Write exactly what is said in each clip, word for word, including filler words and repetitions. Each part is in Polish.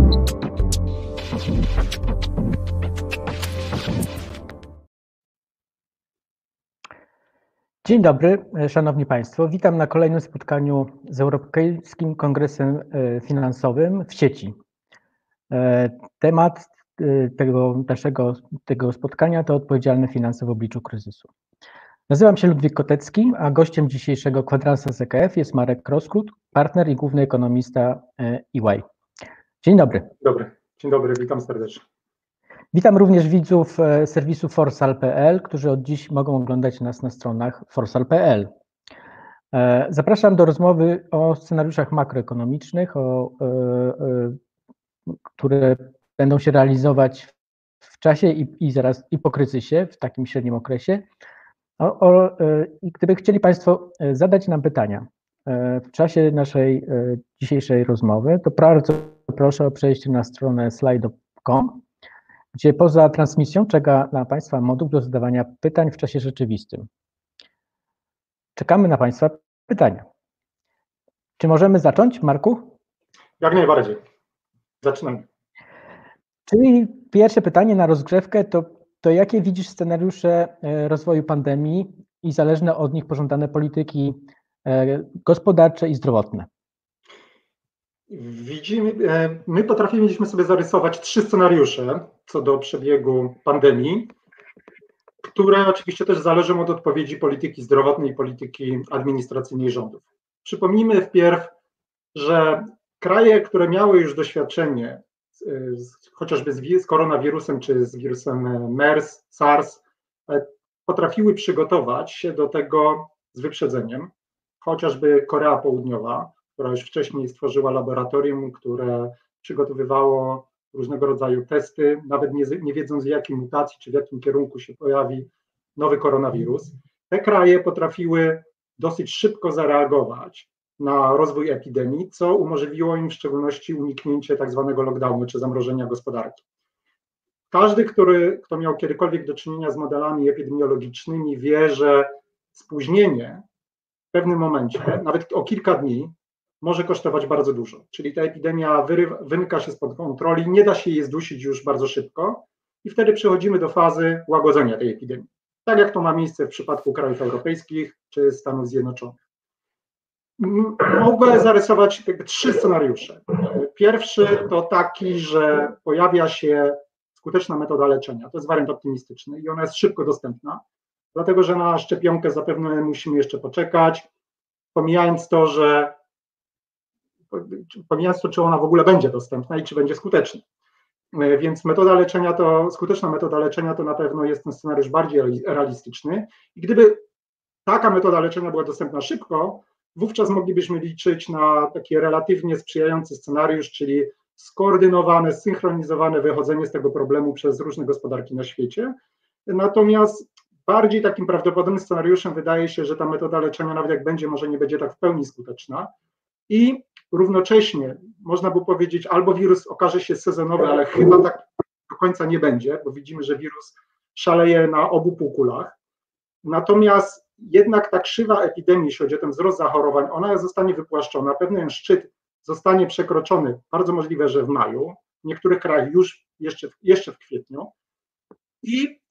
Dzień dobry, Szanowni Państwo. Witam na kolejnym spotkaniu z Europejskim Kongresem Finansowym w sieci. Temat tego naszego tego spotkania to odpowiedzialne finanse w obliczu kryzysu. Nazywam się Ludwik Kotecki, a gościem dzisiejszego kwadransa Z K F jest Marek Kroskut, partner i główny ekonomista E Y. Dzień dobry. Dobry. Dzień dobry, witam serdecznie. Witam również widzów serwisu forsal kropka p l, którzy od dziś mogą oglądać nas na stronach forsal kropka p l. Zapraszam do rozmowy o scenariuszach makroekonomicznych, o, które będą się realizować w czasie i, i zaraz i po kryzysie, w takim średnim okresie. O, o, I gdyby chcieli Państwo zadać nam pytania w czasie naszej dzisiejszej rozmowy, to bardzo proszę o przejście na stronę slido kropka com, gdzie poza transmisją czeka na Państwa moduł do zadawania pytań w czasie rzeczywistym. Czekamy na Państwa pytania. Czy możemy zacząć, Marku? Jak najbardziej. Zaczynamy. Czyli pierwsze pytanie na rozgrzewkę to, to jakie widzisz scenariusze rozwoju pandemii i zależne od nich pożądane polityki gospodarcze i zdrowotne? Widzimy, my potrafiliśmy sobie zarysować trzy scenariusze co do przebiegu pandemii, które oczywiście też zależą od odpowiedzi polityki zdrowotnej i polityki administracyjnej rządów. Przypomnijmy wpierw, że kraje, które miały już doświadczenie z, chociażby z, z koronawirusem czy z wirusem MERS, SARS, potrafiły przygotować się do tego z wyprzedzeniem, chociażby Korea Południowa, która już wcześniej stworzyła laboratorium, które przygotowywało różnego rodzaju testy, nawet nie, nie wiedząc z jakiej mutacji czy w jakim kierunku się pojawi nowy koronawirus. Te kraje potrafiły dosyć szybko zareagować na rozwój epidemii, co umożliwiło im w szczególności uniknięcie tak zwanego lockdownu czy zamrożenia gospodarki. Każdy, który, kto miał kiedykolwiek do czynienia z modelami epidemiologicznymi, wie, że spóźnienie w pewnym momencie, nawet o kilka dni, może kosztować bardzo dużo. Czyli ta epidemia wyrywa, wymyka się spod kontroli, nie da się jej zdusić już bardzo szybko i wtedy przechodzimy do fazy łagodzenia tej epidemii. Tak jak to ma miejsce w przypadku krajów europejskich czy Stanów Zjednoczonych. Mogę zarysować jakby trzy scenariusze. Pierwszy to taki, że pojawia się skuteczna metoda leczenia. To jest wariant optymistyczny i ona jest szybko dostępna, dlatego że na szczepionkę zapewne musimy jeszcze poczekać, pomijając to, że pomijając to, czy ona w ogóle będzie dostępna i czy będzie skuteczna. Więc metoda leczenia to, skuteczna metoda leczenia to na pewno jest ten scenariusz bardziej realistyczny i gdyby taka metoda leczenia była dostępna szybko, wówczas moglibyśmy liczyć na taki relatywnie sprzyjający scenariusz, czyli skoordynowane, zsynchronizowane wychodzenie z tego problemu przez różne gospodarki na świecie. Natomiast bardziej takim prawdopodobnym scenariuszem wydaje się, że ta metoda leczenia, nawet jak będzie, może nie będzie tak w pełni skuteczna i równocześnie można by powiedzieć, albo wirus okaże się sezonowy, ale chyba tak do końca nie będzie, bo widzimy, że wirus szaleje na obu półkulach. Natomiast jednak ta krzywa epidemii, jeśli chodzi o ten wzrost zachorowań, ona zostanie wypłaszczona, pewien szczyt zostanie przekroczony, bardzo możliwe, że w maju, w niektórych krajach już jeszcze, jeszcze w kwietniu i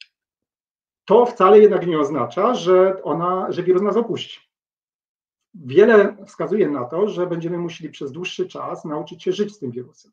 to wcale jednak nie oznacza, że, ona, że wirus nas opuści. Wiele wskazuje na to, że będziemy musieli przez dłuższy czas nauczyć się żyć z tym wirusem.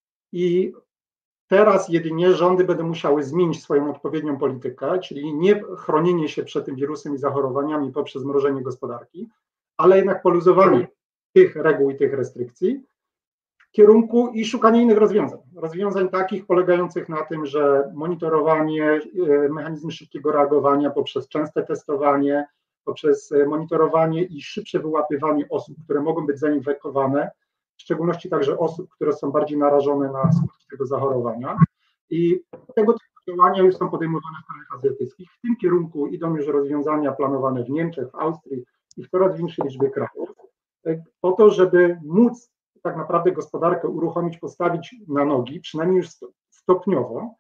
I teraz jedynie rządy będą musiały zmienić swoją odpowiednią politykę, czyli nie chronienie się przed tym wirusem i zachorowaniami poprzez mrożenie gospodarki, ale jednak poluzowanie tych reguł i tych restrykcji w kierunku i szukanie innych rozwiązań. Rozwiązań takich polegających na tym, że monitorowanie, mechanizmy szybkiego reagowania poprzez częste testowanie, poprzez monitorowanie i szybsze wyłapywanie osób, które mogą być zainfekowane, w szczególności także osób, które są bardziej narażone na skutki tego zachorowania. I tego typu działania już są podejmowane w krajach azjatyckich. W tym kierunku idą już rozwiązania planowane w Niemczech, w Austrii i w coraz większej liczbie krajów, po to, żeby móc tak naprawdę gospodarkę uruchomić, postawić na nogi, przynajmniej już stopniowo.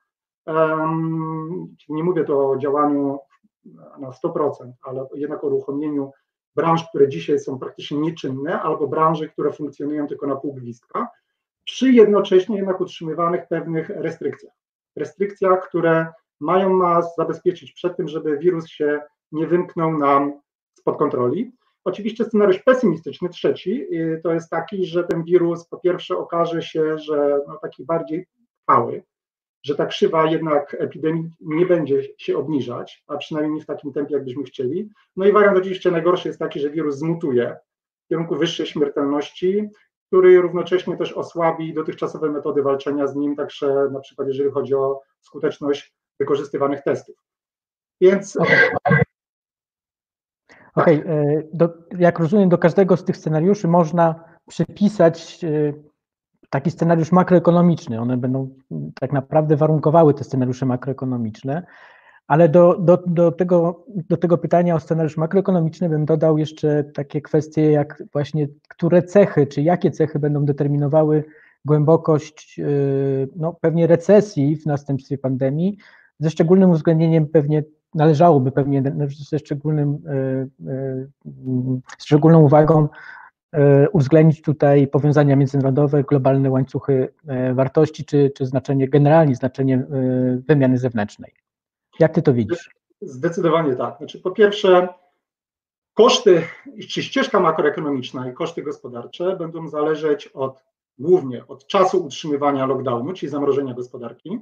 Um, nie mówię tu o działaniu na sto procent, ale jednak o uruchomieniu branż, które dzisiaj są praktycznie nieczynne, albo branży, które funkcjonują tylko na pół gwizdka, przy jednocześnie jednak utrzymywanych pewnych restrykcjach. Restrykcjach, które mają nas zabezpieczyć przed tym, żeby wirus się nie wymknął nam spod kontroli. Oczywiście scenariusz pesymistyczny, trzeci, to jest taki, że ten wirus po pierwsze okaże się, że no, taki bardziej trwały, że ta krzywa jednak epidemii nie będzie się obniżać, a przynajmniej nie w takim tempie, jakbyśmy chcieli. No i wariant oczywiście najgorszy jest taki, że wirus zmutuje w kierunku wyższej śmiertelności, który równocześnie też osłabi dotychczasowe metody walczenia z nim, także na przykład jeżeli chodzi o skuteczność wykorzystywanych testów. Więc... Okej, okay. Jak rozumiem, do każdego z tych scenariuszy można przypisać taki scenariusz makroekonomiczny. One będą tak naprawdę warunkowały te scenariusze makroekonomiczne, ale do, do, do, tego, do tego pytania o scenariusz makroekonomiczny bym dodał jeszcze takie kwestie, jak właśnie które cechy, czy jakie cechy będą determinowały głębokość no, pewnie recesji w następstwie pandemii, ze szczególnym uwzględnieniem pewnie należałoby pewnie ze szczególnym, z szczególną uwagą uwzględnić tutaj powiązania międzynarodowe, globalne łańcuchy wartości, czy, czy znaczenie, generalnie znaczenie wymiany zewnętrznej. Jak ty to widzisz? Zdecydowanie tak. Znaczy, po pierwsze, koszty, czy ścieżka makroekonomiczna i koszty gospodarcze będą zależeć od, głównie od czasu utrzymywania lockdownu, czyli zamrożenia gospodarki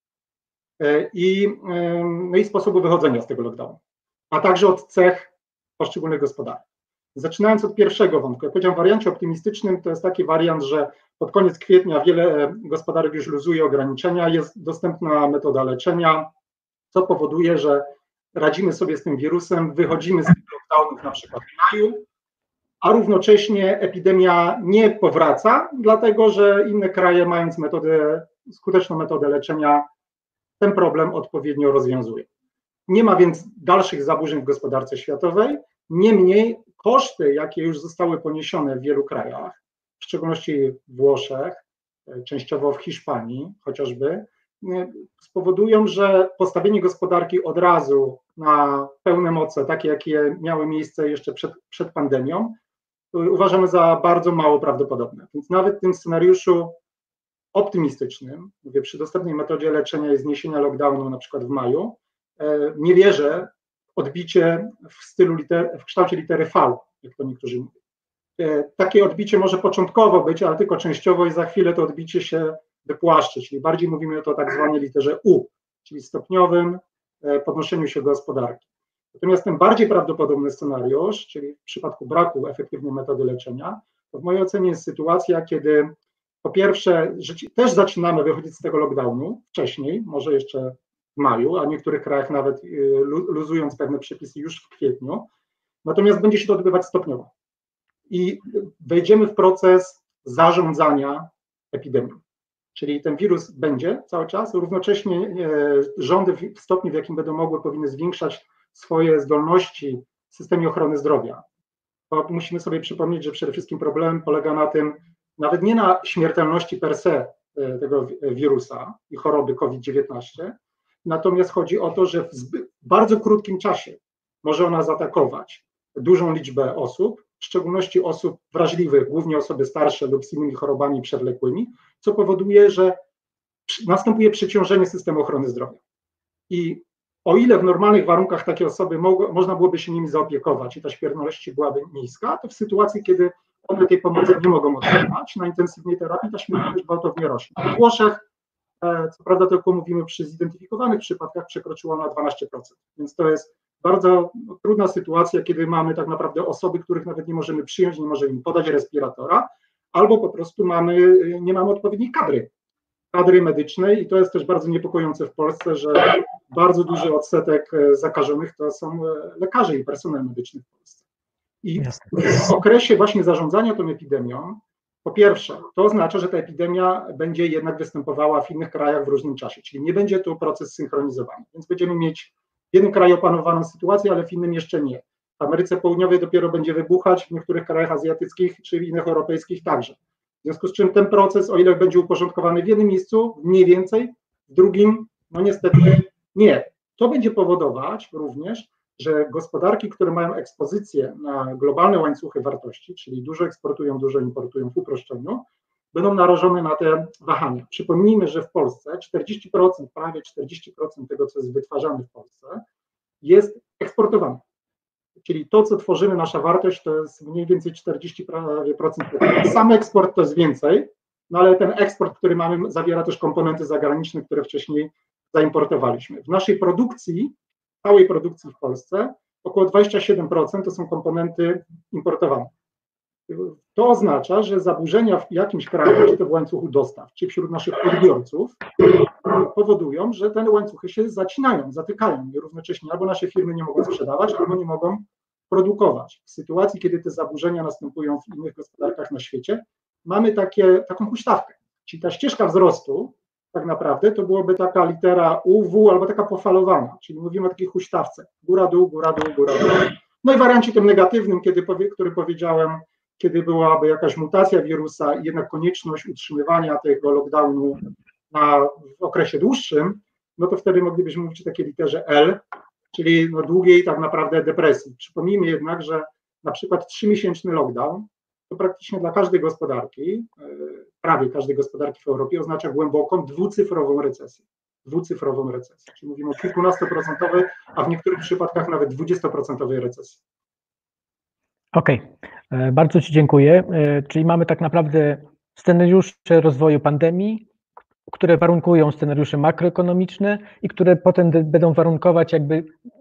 i, no i sposobu wychodzenia z tego lockdownu, a także od cech poszczególnych gospodarek. Zaczynając od pierwszego wątku, jak powiedziałem, w wariancie optymistycznym to jest taki wariant, że pod koniec kwietnia wiele gospodarek już luzuje ograniczenia, jest dostępna metoda leczenia, co powoduje, że radzimy sobie z tym wirusem, wychodzimy z tych lockdownów na przykład w maju, a równocześnie epidemia nie powraca, dlatego że inne kraje, mając metodę, skuteczną metodę leczenia, ten problem odpowiednio rozwiązują. Nie ma więc dalszych zaburzeń w gospodarce światowej, niemniej koszty, jakie już zostały poniesione w wielu krajach, w szczególności w Włoszech, częściowo w Hiszpanii chociażby, spowodują, że postawienie gospodarki od razu na pełne moce, takie jakie miały miejsce jeszcze przed, przed pandemią, uważamy za bardzo mało prawdopodobne. Więc nawet w tym scenariuszu optymistycznym, mówię, przy dostępnej metodzie leczenia i zniesienia lockdownu na przykład w maju, nie wierzę w odbicie w stylu liter, w kształcie litery V, jak to niektórzy mówią. Takie odbicie może początkowo być, ale tylko częściowo i za chwilę to odbicie się wypłaszczy, czyli bardziej mówimy o to tak zwanej literze U, czyli stopniowym podnoszeniu się gospodarki. Natomiast ten bardziej prawdopodobny scenariusz, czyli w przypadku braku efektywnej metody leczenia, to w mojej ocenie jest sytuacja, kiedy po pierwsze też zaczynamy wychodzić z tego lockdownu wcześniej, może jeszcze w maju, a w niektórych krajach nawet luzując pewne przepisy już w kwietniu, natomiast będzie się to odbywać stopniowo i wejdziemy w proces zarządzania epidemią. Czyli ten wirus będzie cały czas, równocześnie rządy w stopniu, w jakim będą mogły, powinny zwiększać swoje zdolności w systemie ochrony zdrowia. Bo musimy sobie przypomnieć, że przede wszystkim problem polega na tym, nawet nie na śmiertelności per se tego wirusa i choroby COVID dziewiętnaście, natomiast chodzi o to, że w bardzo krótkim czasie może ona zaatakować dużą liczbę osób, w szczególności osób wrażliwych, głównie osoby starsze lub z innymi chorobami przewlekłymi, co powoduje, że następuje przeciążenie systemu ochrony zdrowia. I o ile w normalnych warunkach takie osoby mogło, można byłoby się nimi zaopiekować i ta śmiertelność byłaby niska, to w sytuacji, kiedy one tej pomocy nie mogą otrzymać na intensywnej terapii, ta śmiertelność gwałtownie rośnie. W Włoszech, co prawda tylko mówimy przy zidentyfikowanych przypadkach, przekroczyła na dwanaście procent, więc to jest bardzo trudna sytuacja, kiedy mamy tak naprawdę osoby, których nawet nie możemy przyjąć, nie możemy im podać respiratora, albo po prostu mamy, nie mamy odpowiedniej kadry, kadry medycznej i to jest też bardzo niepokojące w Polsce, że bardzo duży odsetek zakażonych to są lekarze i personel medyczny w Polsce. I w okresie właśnie zarządzania tą epidemią, po pierwsze, to oznacza, że ta epidemia będzie jednak występowała w innych krajach w różnym czasie, czyli nie będzie to proces synchronizowany, więc będziemy mieć w jednym kraju opanowaną sytuację, ale w innym jeszcze nie. W Ameryce Południowej dopiero będzie wybuchać, w niektórych krajach azjatyckich czy innych europejskich także. W związku z czym ten proces, o ile będzie uporządkowany w jednym miejscu, mniej więcej, w drugim, no niestety nie. To będzie powodować również, że gospodarki, które mają ekspozycję na globalne łańcuchy wartości, czyli dużo eksportują, dużo importują w uproszczeniu, będą narażone na te wahania. Przypomnijmy, że w Polsce czterdzieści procent, prawie czterdzieści procent tego, co jest wytwarzane w Polsce, jest eksportowane. Czyli to, co tworzymy, nasza wartość, to jest mniej więcej czterdzieści procent. Sam eksport to jest więcej, no ale ten eksport, który mamy, zawiera też komponenty zagraniczne, które wcześniej zaimportowaliśmy. W naszej produkcji, całej produkcji w Polsce, około dwadzieścia siedem procent to są komponenty importowane. To oznacza, że zaburzenia w jakimś kraju, czy to w łańcuchu dostaw, czy wśród naszych odbiorców, powodują, że te łańcuchy się zacinają, zatykają i równocześnie albo nasze firmy nie mogą sprzedawać, albo nie mogą produkować. W sytuacji, kiedy te zaburzenia następują w innych gospodarkach na świecie, mamy takie, taką huśtawkę. Czyli ta ścieżka wzrostu tak naprawdę to byłoby taka litera U, W albo taka pofalowana, czyli mówimy o takiej huśtawce, góra, dół, góra, dół, góra, dół. No i wariancie tym negatywnym, kiedy powie, który powiedziałem, kiedy byłaby jakaś mutacja wirusa i jednak konieczność utrzymywania tego lockdownu na, w okresie dłuższym, no to wtedy moglibyśmy mówić o takiej literze L, czyli no długiej tak naprawdę depresji. Przypomnijmy jednak, że na przykład trzymiesięczny lockdown to praktycznie dla każdej gospodarki, prawie każdej gospodarki w Europie oznacza głęboką dwucyfrową recesję. Dwucyfrową recesję, czyli mówimy o kilkunastoprocentowej, a w niektórych przypadkach nawet dwudziestoprocentowej recesji. Okej, okay. Bardzo Ci dziękuję. Czyli mamy tak naprawdę scenariusze rozwoju pandemii, które warunkują scenariusze makroekonomiczne i które potem będą warunkować jakby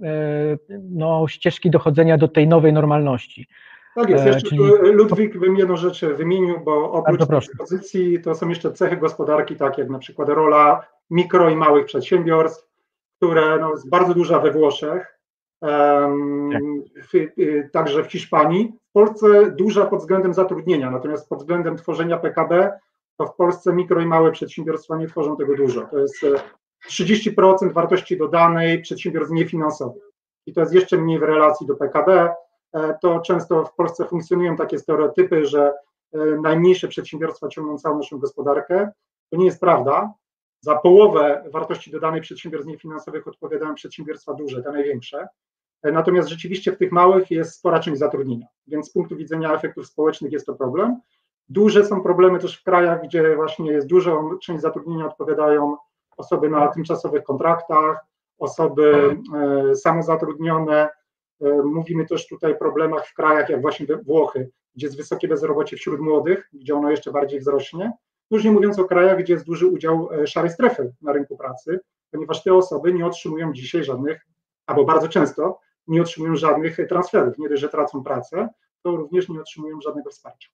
no, ścieżki dochodzenia do tej nowej normalności. Tak jest, jeszcze Czyli... Ludwik bym jedną rzecz wymienił, bo oprócz tej pozycji to są jeszcze cechy gospodarki, takie jak na przykład rola mikro i małych przedsiębiorstw, które no, jest bardzo duża we Włoszech, um, tak. w, także w Hiszpanii. W Polsce duża pod względem zatrudnienia, natomiast pod względem tworzenia P K B to w Polsce mikro i małe przedsiębiorstwa nie tworzą tego dużo. To jest trzydzieści procent wartości dodanej przedsiębiorstw niefinansowych i to jest jeszcze mniej w relacji do P K B. To często w Polsce funkcjonują takie stereotypy, że najmniejsze przedsiębiorstwa ciągną całą naszą gospodarkę. To nie jest prawda. Za połowę wartości dodanej przedsiębiorstw niefinansowych odpowiadają przedsiębiorstwa duże, te największe. Natomiast rzeczywiście w tych małych jest spora część zatrudnienia, więc z punktu widzenia efektów społecznych jest to problem. Duże są problemy też w krajach, gdzie właśnie jest dużą część zatrudnienia, odpowiadają osoby na tymczasowych kontraktach, osoby samozatrudnione. Mówimy też tutaj o problemach w krajach jak właśnie Włochy, gdzie jest wysokie bezrobocie wśród młodych, gdzie ono jeszcze bardziej wzrośnie. Już nie mówiąc o krajach, gdzie jest duży udział szarej strefy na rynku pracy, ponieważ te osoby nie otrzymują dzisiaj żadnych, albo bardzo często nie otrzymują żadnych transferów. Nie dość, że tracą pracę, to również nie otrzymują żadnego wsparcia.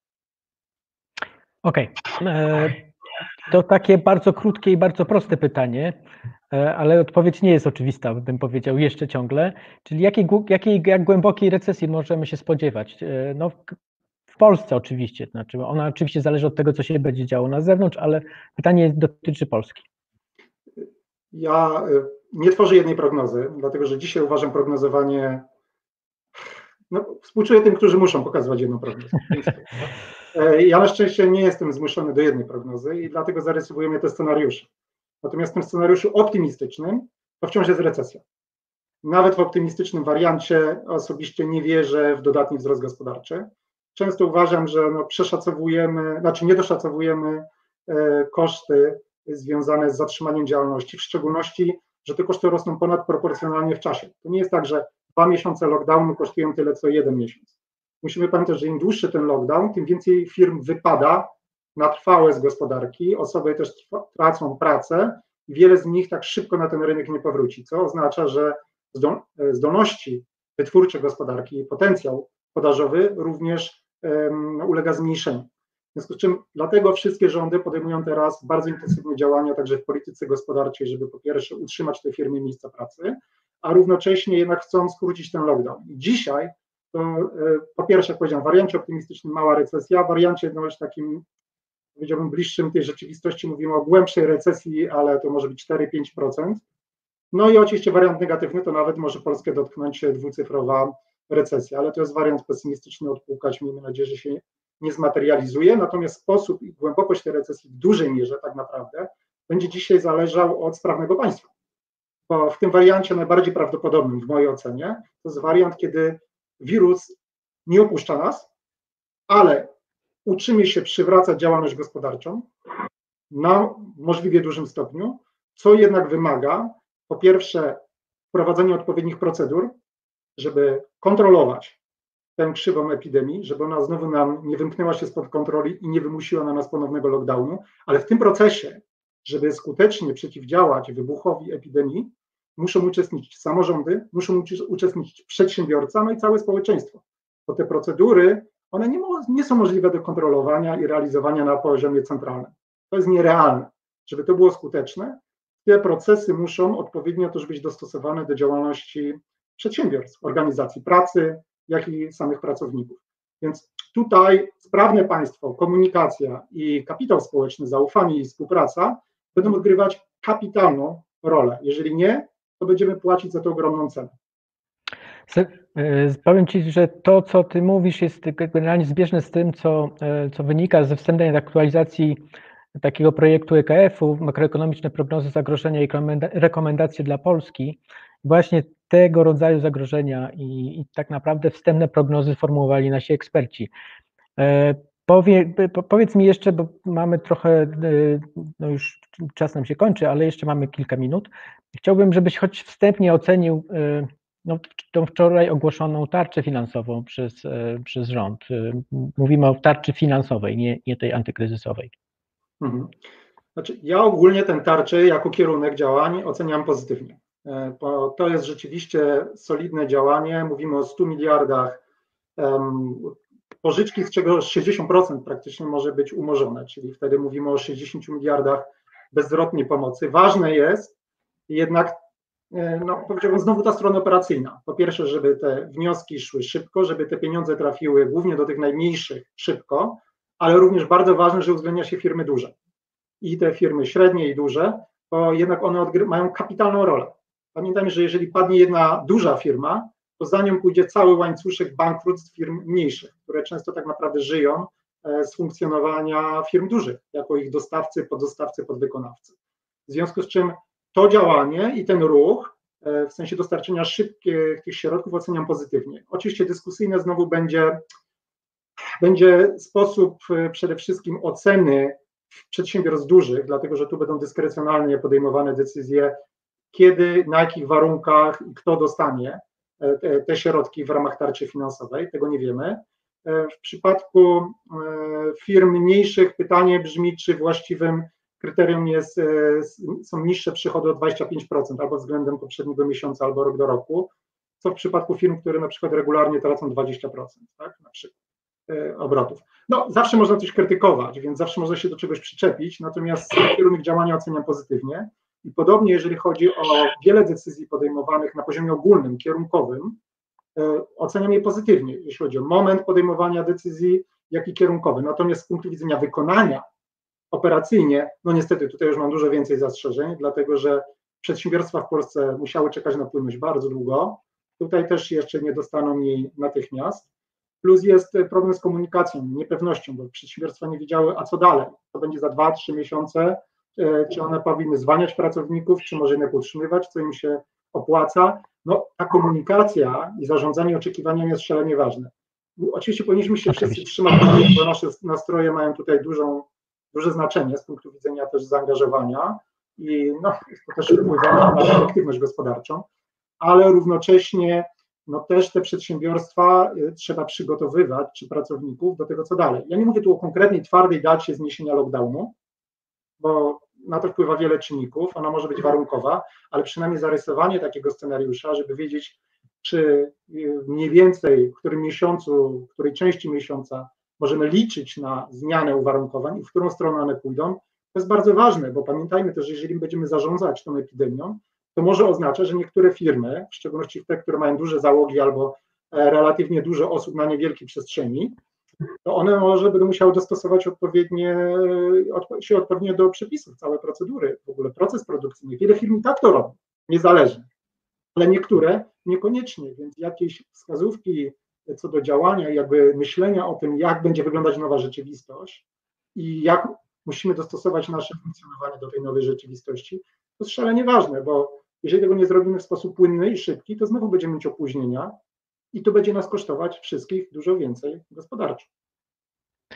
Okej. Okay. To takie bardzo krótkie i bardzo proste pytanie, ale odpowiedź nie jest oczywista, bym powiedział, jeszcze ciągle. Czyli jakiej, jakiej jak głębokiej recesji możemy się spodziewać? No, w Polsce oczywiście, znaczy ona oczywiście zależy od tego, co się będzie działo na zewnątrz, ale pytanie dotyczy Polski. Ja nie tworzę jednej prognozy, dlatego że dzisiaj uważam prognozowanie, no współczuję tym, którzy muszą pokazywać jedną prognozę. Ja na szczęście nie jestem zmuszony do jednej prognozy i dlatego zarysowujemy te scenariusze. Natomiast w tym scenariuszu optymistycznym to wciąż jest recesja. Nawet w optymistycznym wariancie osobiście nie wierzę w dodatni wzrost gospodarczy. Często uważam, że no przeszacowujemy, znaczy nie doszacowujemy e, koszty związane z zatrzymaniem działalności, w szczególności, że te koszty rosną ponadproporcjonalnie w czasie. To nie jest tak, że dwa miesiące lockdownu kosztują tyle, co jeden miesiąc. Musimy pamiętać, że im dłuższy ten lockdown, tym więcej firm wypada na trwałe z gospodarki, osoby też tracą pracę i wiele z nich tak szybko na ten rynek nie powróci, co oznacza, że zdolności wytwórcze gospodarki i potencjał podażowy również um, ulega zmniejszeniu. W związku z czym dlatego wszystkie rządy podejmują teraz bardzo intensywne działania także w polityce gospodarczej, żeby po pierwsze utrzymać te firmy miejsca pracy, a równocześnie jednak chcą skrócić ten lockdown. I dzisiaj to po pierwsze, jak powiedziałem, w wariancie optymistycznym mała recesja, w wariancie no, takim, powiedziałbym, bliższym tej rzeczywistości mówimy o głębszej recesji, ale to może być cztery do pięciu procent. No i oczywiście wariant negatywny to nawet może Polskę dotknąć dwucyfrowa recesja, ale to jest wariant pesymistyczny odpłukać, miejmy nadzieję, że się nie zmaterializuje, natomiast sposób i głębokość tej recesji w dużej mierze tak naprawdę będzie dzisiaj zależał od sprawnego państwa. Bo w tym wariancie najbardziej prawdopodobnym w mojej ocenie to jest wariant, kiedy wirus nie opuszcza nas, ale uczymy się przywracać działalność gospodarczą na możliwie dużym stopniu, co jednak wymaga, po pierwsze, wprowadzenia odpowiednich procedur, żeby kontrolować tę krzywą epidemii, żeby ona znowu nam nie wymknęła się spod kontroli i nie wymusiła na nas ponownego lockdownu, ale w tym procesie, żeby skutecznie przeciwdziałać wybuchowi epidemii, muszą uczestniczyć samorządy, muszą uczestniczyć przedsiębiorcy, no i całe społeczeństwo, bo te procedury, one nie, nie są możliwe do kontrolowania i realizowania na poziomie centralnym. To jest nierealne. Żeby to było skuteczne, te procesy muszą odpowiednio też być dostosowane do działalności przedsiębiorstw, organizacji pracy, jak i samych pracowników. Więc tutaj sprawne państwo, komunikacja i kapitał społeczny, zaufanie i współpraca będą odgrywać kapitalną rolę. Jeżeli nie, to będziemy płacić za to ogromną cenę. Powiem Ci, że to, co Ty mówisz, jest generalnie zbieżne z tym, co, co wynika ze wstępnej aktualizacji takiego projektu E K F-u, makroekonomiczne prognozy zagrożenia i rekomendacje dla Polski. Właśnie tego rodzaju zagrożenia i, i tak naprawdę wstępne prognozy formułowali nasi eksperci. Powie, powiedz mi jeszcze, bo mamy trochę, no już czas nam się kończy, ale jeszcze mamy kilka minut. Chciałbym, żebyś choć wstępnie ocenił no, tą wczoraj ogłoszoną tarczę finansową przez, przez rząd. Mówimy o tarczy finansowej, nie, nie tej antykryzysowej. Mhm. Znaczy, ja ogólnie tę tarczę jako kierunek działań oceniam pozytywnie, bo to jest rzeczywiście solidne działanie. Mówimy o stu miliardach um, pożyczki, z czego sześćdziesiąt procent praktycznie może być umorzone, czyli wtedy mówimy o sześćdziesięciu miliardach bezzwrotnej pomocy. Ważne jest jednak, no, powiedziałbym, znowu ta strona operacyjna. Po pierwsze, żeby te wnioski szły szybko, żeby te pieniądze trafiły głównie do tych najmniejszych szybko, ale również bardzo ważne, że uwzględnia się firmy duże. I te firmy średnie i duże, bo jednak one mają kapitalną rolę. Pamiętajmy, że jeżeli padnie jedna duża firma, to za nią pójdzie cały łańcuszek bankructw firm mniejszych, które często tak naprawdę żyją z funkcjonowania firm dużych, jako ich dostawcy, poddostawcy, podwykonawcy. W związku z czym to działanie i ten ruch, w sensie dostarczenia szybkich tych środków, oceniam pozytywnie. Oczywiście dyskusyjne znowu będzie, będzie sposób przede wszystkim oceny przedsiębiorstw dużych, dlatego że tu będą dyskrecjonalnie podejmowane decyzje, kiedy, na jakich warunkach i kto dostanie te, te środki w ramach tarczy finansowej, tego nie wiemy. W przypadku firm mniejszych pytanie brzmi, czy właściwym kryterium jest, są niższe przychody o dwadzieścia pięć procent albo względem poprzedniego miesiąca, albo rok do roku, co w przypadku firm, które na przykład regularnie tracą dwadzieścia procent, tak, na przykład obrotów. No, zawsze można coś krytykować, więc zawsze można się do czegoś przyczepić, natomiast kierunek działania oceniam pozytywnie i podobnie jeżeli chodzi o wiele decyzji podejmowanych na poziomie ogólnym, kierunkowym, oceniam je pozytywnie, jeśli chodzi o moment podejmowania decyzji, jak i kierunkowy. Natomiast z punktu widzenia wykonania operacyjnie, no niestety tutaj już mam dużo więcej zastrzeżeń, dlatego że przedsiębiorstwa w Polsce musiały czekać na płynność bardzo długo, tutaj też jeszcze nie dostaną jej natychmiast. Plus jest problem z komunikacją, niepewnością, bo przedsiębiorstwa nie wiedziały, a co dalej, to będzie za dwa, trzy miesiące, czy one powinny zwalniać pracowników, czy może jednak utrzymywać, co im się opłaca. No, ta komunikacja i zarządzanie oczekiwaniami jest szalenie ważne. Oczywiście powinniśmy się wszyscy trzymać, bo nasze nastroje mają tutaj dużą, duże znaczenie z punktu widzenia też zaangażowania i no, to też wpływa na naszą aktywność gospodarczą, ale równocześnie no też te przedsiębiorstwa trzeba przygotowywać, czy pracowników do tego, co dalej. Ja nie mówię tu o konkretnej, twardej dacie zniesienia lockdownu, bo na to wpływa wiele czynników, ona może być warunkowa, ale przynajmniej zarysowanie takiego scenariusza, żeby wiedzieć, czy mniej więcej w którym miesiącu, w której części miesiąca możemy liczyć na zmianę uwarunkowań i w którą stronę one pójdą, to jest bardzo ważne, bo pamiętajmy też, że jeżeli będziemy zarządzać tą epidemią, to może oznaczać, że niektóre firmy, w szczególności te, które mają duże załogi albo relatywnie dużo osób na niewielkiej przestrzeni, to one może będą musiały dostosować odpowiednie, się odpowiednio do przepisów, całe procedury, w ogóle proces produkcyjny. Wiele firm i tak to robi, niezależnie, ale niektóre niekoniecznie, więc jakieś wskazówki co do działania, jakby myślenia o tym, jak będzie wyglądać nowa rzeczywistość i jak musimy dostosować nasze funkcjonowanie do tej nowej rzeczywistości, to jest szalenie ważne, bo jeżeli tego nie zrobimy w sposób płynny i szybki, to znowu będziemy mieć opóźnienia i to będzie nas kosztować wszystkich dużo więcej gospodarczo.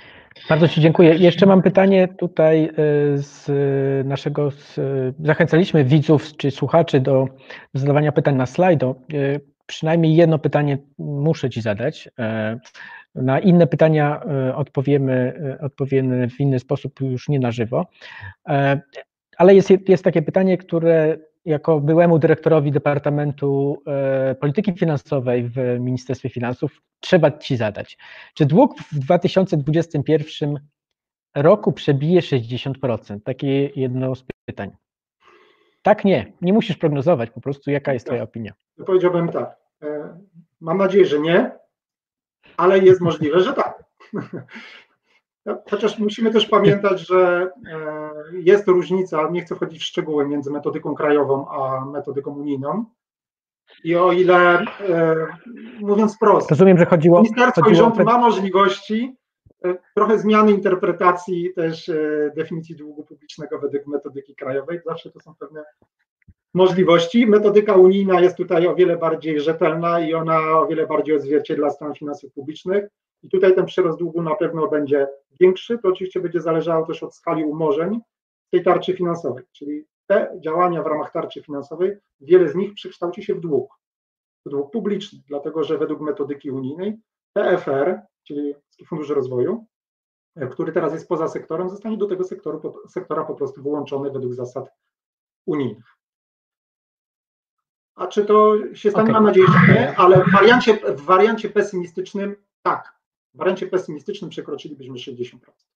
Bardzo Ci dziękuję. Jeszcze mam pytanie tutaj z naszego, z, zachęcaliśmy widzów czy słuchaczy do zadawania pytań na Slido. Przynajmniej jedno pytanie muszę Ci zadać. Na inne pytania odpowiemy, odpowiemy w inny sposób, już nie na żywo. Ale jest, jest takie pytanie, które jako byłemu dyrektorowi Departamentu Polityki Finansowej w Ministerstwie Finansów trzeba Ci zadać. Czy dług w dwa tysiące dwudziestym pierwszym roku przebije sześćdziesiąt procent? Takie jedno z pytań. Tak, nie. Nie musisz prognozować, po prostu jaka jest Twoja opinia? Powiedziałbym tak. Mam nadzieję, że nie, ale jest możliwe, że tak. Chociaż musimy też pamiętać, że jest różnica, nie chcę wchodzić w szczegóły, między metodyką krajową a metodyką unijną. I o ile, mówiąc wprost, rozumiem, że chodziło, ministerstwo chodziło i rząd o... ma możliwości trochę zmiany interpretacji też definicji długu publicznego według metodyki krajowej. Zawsze to są pewne możliwości. Metodyka unijna jest tutaj o wiele bardziej rzetelna i ona o wiele bardziej odzwierciedla stan finansów publicznych. I tutaj ten przyrost długu na pewno będzie większy. To oczywiście będzie zależało też od skali umorzeń tej tarczy finansowej. Czyli te działania w ramach tarczy finansowej, wiele z nich przekształci się w dług. W dług publiczny, dlatego że według metodyki unijnej P F R, czyli Fundusz Rozwoju, który teraz jest poza sektorem, zostanie do tego sektoru, sektora po prostu wyłączony według zasad unijnych. A czy to się stanie? Okay. Mam nadzieję, że nie, ale w wariancie, w wariancie pesymistycznym tak. W wariancie pesymistycznym przekroczylibyśmy sześćdziesiąt procent.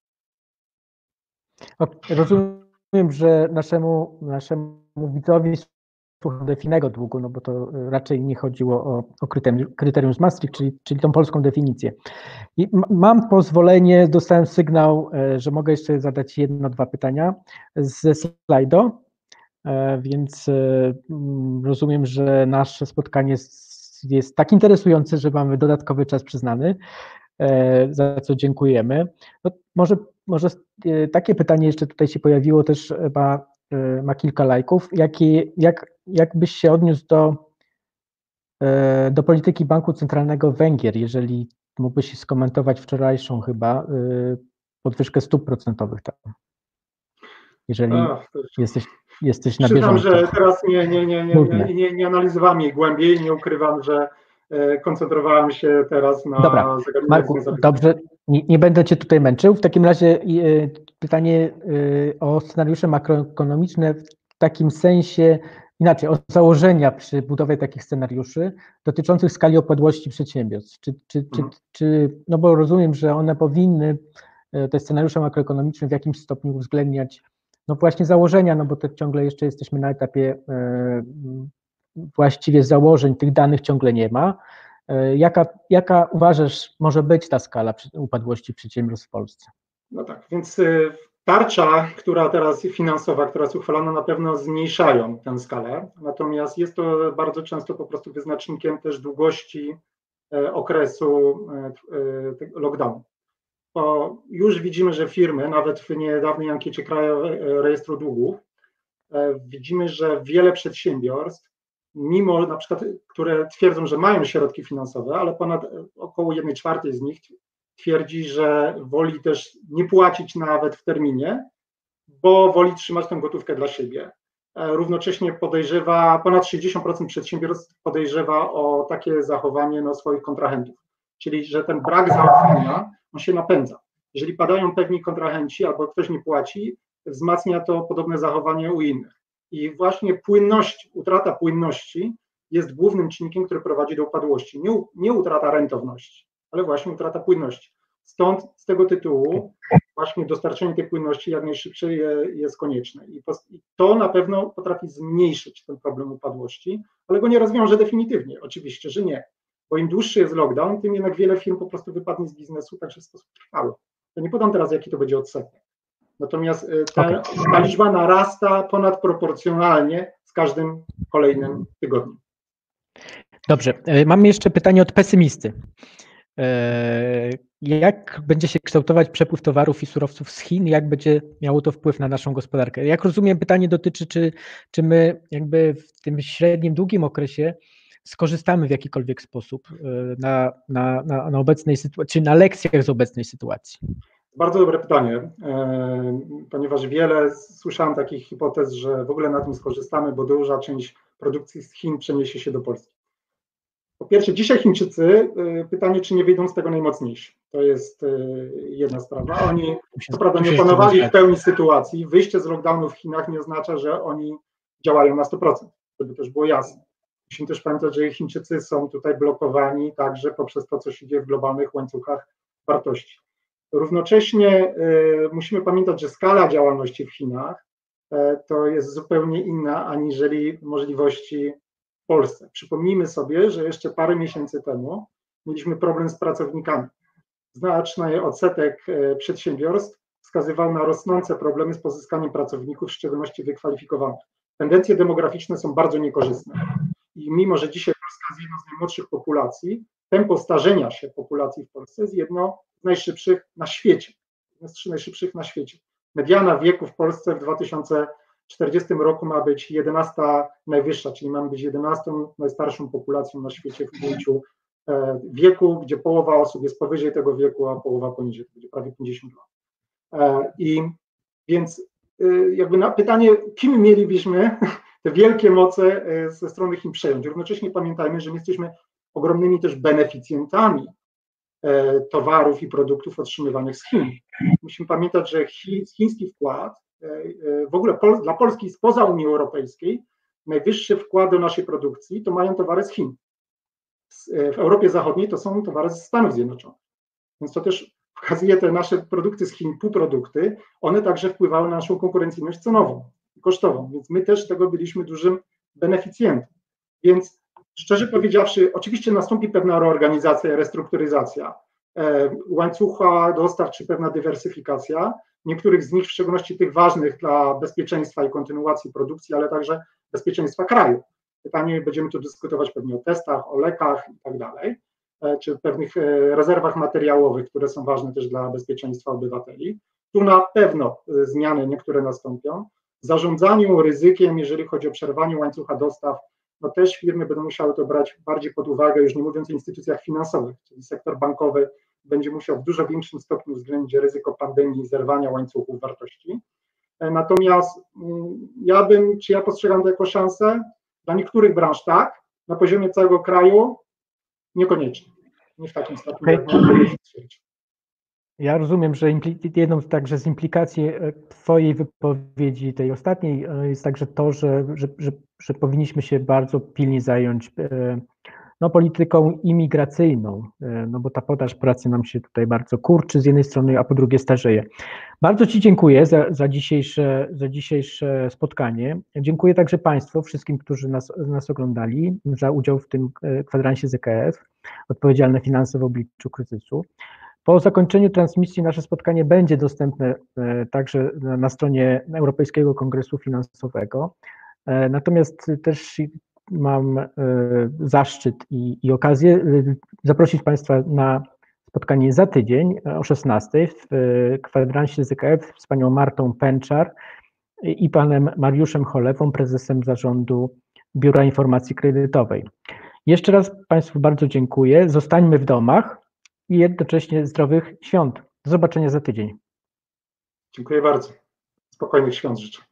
Rozumiem, że naszemu, naszemu widzowi słucham definego długu, no bo to raczej nie chodziło o, o kryterium, kryterium z Maastricht, czyli, czyli tą polską definicję. I mam pozwolenie, dostałem sygnał, że mogę jeszcze zadać jedno, dwa pytania ze Slido, więc rozumiem, że nasze spotkanie jest, jest tak interesujące, że mamy dodatkowy czas przyznany, za co dziękujemy. No, może, może takie pytanie jeszcze tutaj się pojawiło, też ma, ma kilka lajków. Jaki, jak, jak byś się odniósł do, do polityki Banku Centralnego Węgier, jeżeli mógłbyś skomentować wczorajszą chyba podwyżkę stóp procentowych tam, jeżeli A, jesteś, jesteś na bieżąco. Przyznam, że teraz nie, nie, nie, nie, nie, nie, nie analizowałem jej głębiej, nie ukrywam, że koncentrowałem się teraz na Dobra, Marku, dobrze, nie, nie będę Cię tutaj męczył. W takim razie pytanie o scenariusze makroekonomiczne w takim sensie, inaczej, o założenia przy budowie takich scenariuszy dotyczących skali opadłości przedsiębiorstw. Czy, czy, mhm. czy, czy, no bo rozumiem, że one powinny, te scenariusze makroekonomiczne w jakimś stopniu uwzględniać no właśnie założenia, no bo to ciągle jeszcze jesteśmy na etapie właściwie założeń, tych danych ciągle nie ma. Jaka, jaka uważasz może być ta skala upadłości przedsiębiorstw w Polsce? No tak, więc tarcza, która teraz finansowa, która jest uchwalona, na pewno zmniejszają tę skalę, natomiast jest to bardzo często po prostu wyznacznikiem też długości okresu lockdownu. Bo już widzimy, że firmy, nawet w niedawnej ankiecie Krajowego Rejestru Długów, widzimy, że wiele przedsiębiorstw, mimo na przykład, które twierdzą, że mają środki finansowe, ale ponad około jednej czwartej z nich twierdzi, że woli też nie płacić nawet w terminie, bo woli trzymać tę gotówkę dla siebie. Równocześnie podejrzewa, ponad sześćdziesiąt procent przedsiębiorstw podejrzewa o takie zachowanie no, swoich kontrahentów, czyli że ten brak zaufania, on się napędza. Jeżeli padają pewni kontrahenci albo ktoś nie płaci, wzmacnia to podobne zachowanie u innych. I właśnie płynność, utrata płynności jest głównym czynnikiem, który prowadzi do upadłości. Nie, nie utrata rentowności, ale właśnie utrata płynności. Stąd z tego tytułu właśnie dostarczenie tej płynności jak najszybciej jest konieczne. I to na pewno potrafi zmniejszyć ten problem upadłości, ale go nie rozwiąże definitywnie. Oczywiście, że nie. Bo im dłuższy jest lockdown, tym jednak wiele firm po prostu wypadnie z biznesu także w sposób trwały. To nie podam teraz, jaki to będzie odsetek. Natomiast ta, okay. ta liczba narasta ponadproporcjonalnie z każdym kolejnym tygodniem. Dobrze, mam jeszcze pytanie od pesymisty. Jak będzie się kształtować przepływ towarów i surowców z Chin? Jak będzie miało to wpływ na naszą gospodarkę? Jak rozumiem, pytanie dotyczy, czy, czy my jakby w tym średnim, długim okresie skorzystamy w jakikolwiek sposób na, na, na, na obecnej sytuacji, czy na lekcjach z obecnej sytuacji? Bardzo dobre pytanie, ponieważ wiele słyszałem takich hipotez, że w ogóle na tym skorzystamy, bo duża część produkcji z Chin przeniesie się do Polski. Po pierwsze, dzisiaj Chińczycy, pytanie, czy nie wyjdą z tego najmocniejsi. To jest jedna sprawa. Oni, co prawda, nie opanowali w pełni sytuacji. Wyjście z lockdownu w Chinach nie oznacza, że oni działają na sto procent, żeby też było jasne. Musimy też pamiętać, że Chińczycy są tutaj blokowani także poprzez to, co się dzieje w globalnych łańcuchach wartości. Równocześnie y, musimy pamiętać, że skala działalności w Chinach y, to jest zupełnie inna aniżeli możliwości w Polsce. Przypomnijmy sobie, że jeszcze parę miesięcy temu mieliśmy problem z pracownikami. Znaczny odsetek y, przedsiębiorstw wskazywał na rosnące problemy z pozyskaniem pracowników, w szczególności wykwalifikowanych. Tendencje demograficzne są bardzo niekorzystne i mimo, że dzisiaj Polska jest jedną z najmłodszych populacji, tempo starzenia się populacji w Polsce jest jedno z najszybszych na świecie. Jedno z trzy najszybszych na świecie. Mediana wieku w Polsce w dwa tysiące czterdziestym roku ma być jedenasta najwyższa, czyli mamy być jedenastą najstarszą populacją na świecie w ujęciu wieku, gdzie połowa osób jest powyżej tego wieku, a połowa poniżej, to będzie prawie pięćdziesiąt lat. I więc jakby na pytanie, kim mielibyśmy te wielkie moce ze strony Chin przejąć. Równocześnie pamiętajmy, że my jesteśmy ogromnymi też beneficjentami towarów i produktów otrzymywanych z Chin. Musimy pamiętać, że chiński wkład, w ogóle Pol dla Polski spoza Unii Europejskiej, najwyższy wkład do naszej produkcji to mają towary z Chin. W Europie Zachodniej to są towary ze Stanów Zjednoczonych. Więc to też pokazuje te nasze produkty z Chin, półprodukty, one także wpływały na naszą konkurencyjność cenową, kosztową, więc my też tego byliśmy dużym beneficjentem. Więc szczerze powiedziawszy, oczywiście nastąpi pewna reorganizacja, restrukturyzacja e, łańcucha dostaw czy pewna dywersyfikacja, niektórych z nich, w szczególności tych ważnych dla bezpieczeństwa i kontynuacji produkcji, ale także bezpieczeństwa kraju. Pytanie, będziemy tu dyskutować pewnie o testach, o lekach i tak dalej, czy pewnych rezerwach materiałowych, które są ważne też dla bezpieczeństwa obywateli. Tu na pewno zmiany niektóre nastąpią. W zarządzaniu ryzykiem, jeżeli chodzi o przerwanie łańcucha dostaw, no też firmy będą musiały to brać bardziej pod uwagę, już nie mówiąc o instytucjach finansowych, czyli sektor bankowy będzie musiał w dużo większym stopniu uwzględnić ryzyko pandemii i zerwania łańcuchów wartości. Natomiast ja bym, czy ja postrzegam to jako szansę? Dla niektórych branż tak, na poziomie całego kraju niekoniecznie, nie w takim stopniu. Okay. Ja rozumiem, że jedną także z implikacji Twojej wypowiedzi, tej ostatniej, jest także to, że, że, że, że powinniśmy się bardzo pilnie zająć no, polityką imigracyjną, no bo ta podaż pracy nam się tutaj bardzo kurczy z jednej strony, a po drugie starzeje. Bardzo Ci dziękuję za, za, dzisiejsze, za dzisiejsze spotkanie. Dziękuję także Państwu, wszystkim, którzy nas, nas oglądali, za udział w tym kwadransie Z K F, odpowiedzialne finanse w obliczu kryzysu. Po zakończeniu transmisji nasze spotkanie będzie dostępne także na stronie Europejskiego Kongresu Finansowego. Natomiast też mam zaszczyt i, i okazję zaprosić Państwa na spotkanie za tydzień o szesnastej w kwadransie Z K F z panią Martą Pęczar i panem Mariuszem Cholewą, prezesem zarządu Biura Informacji Kredytowej. Jeszcze raz Państwu bardzo dziękuję. Zostańmy w domach i jednocześnie zdrowych świąt. Do zobaczenia za tydzień. Dziękuję bardzo. Spokojnych świąt życzę.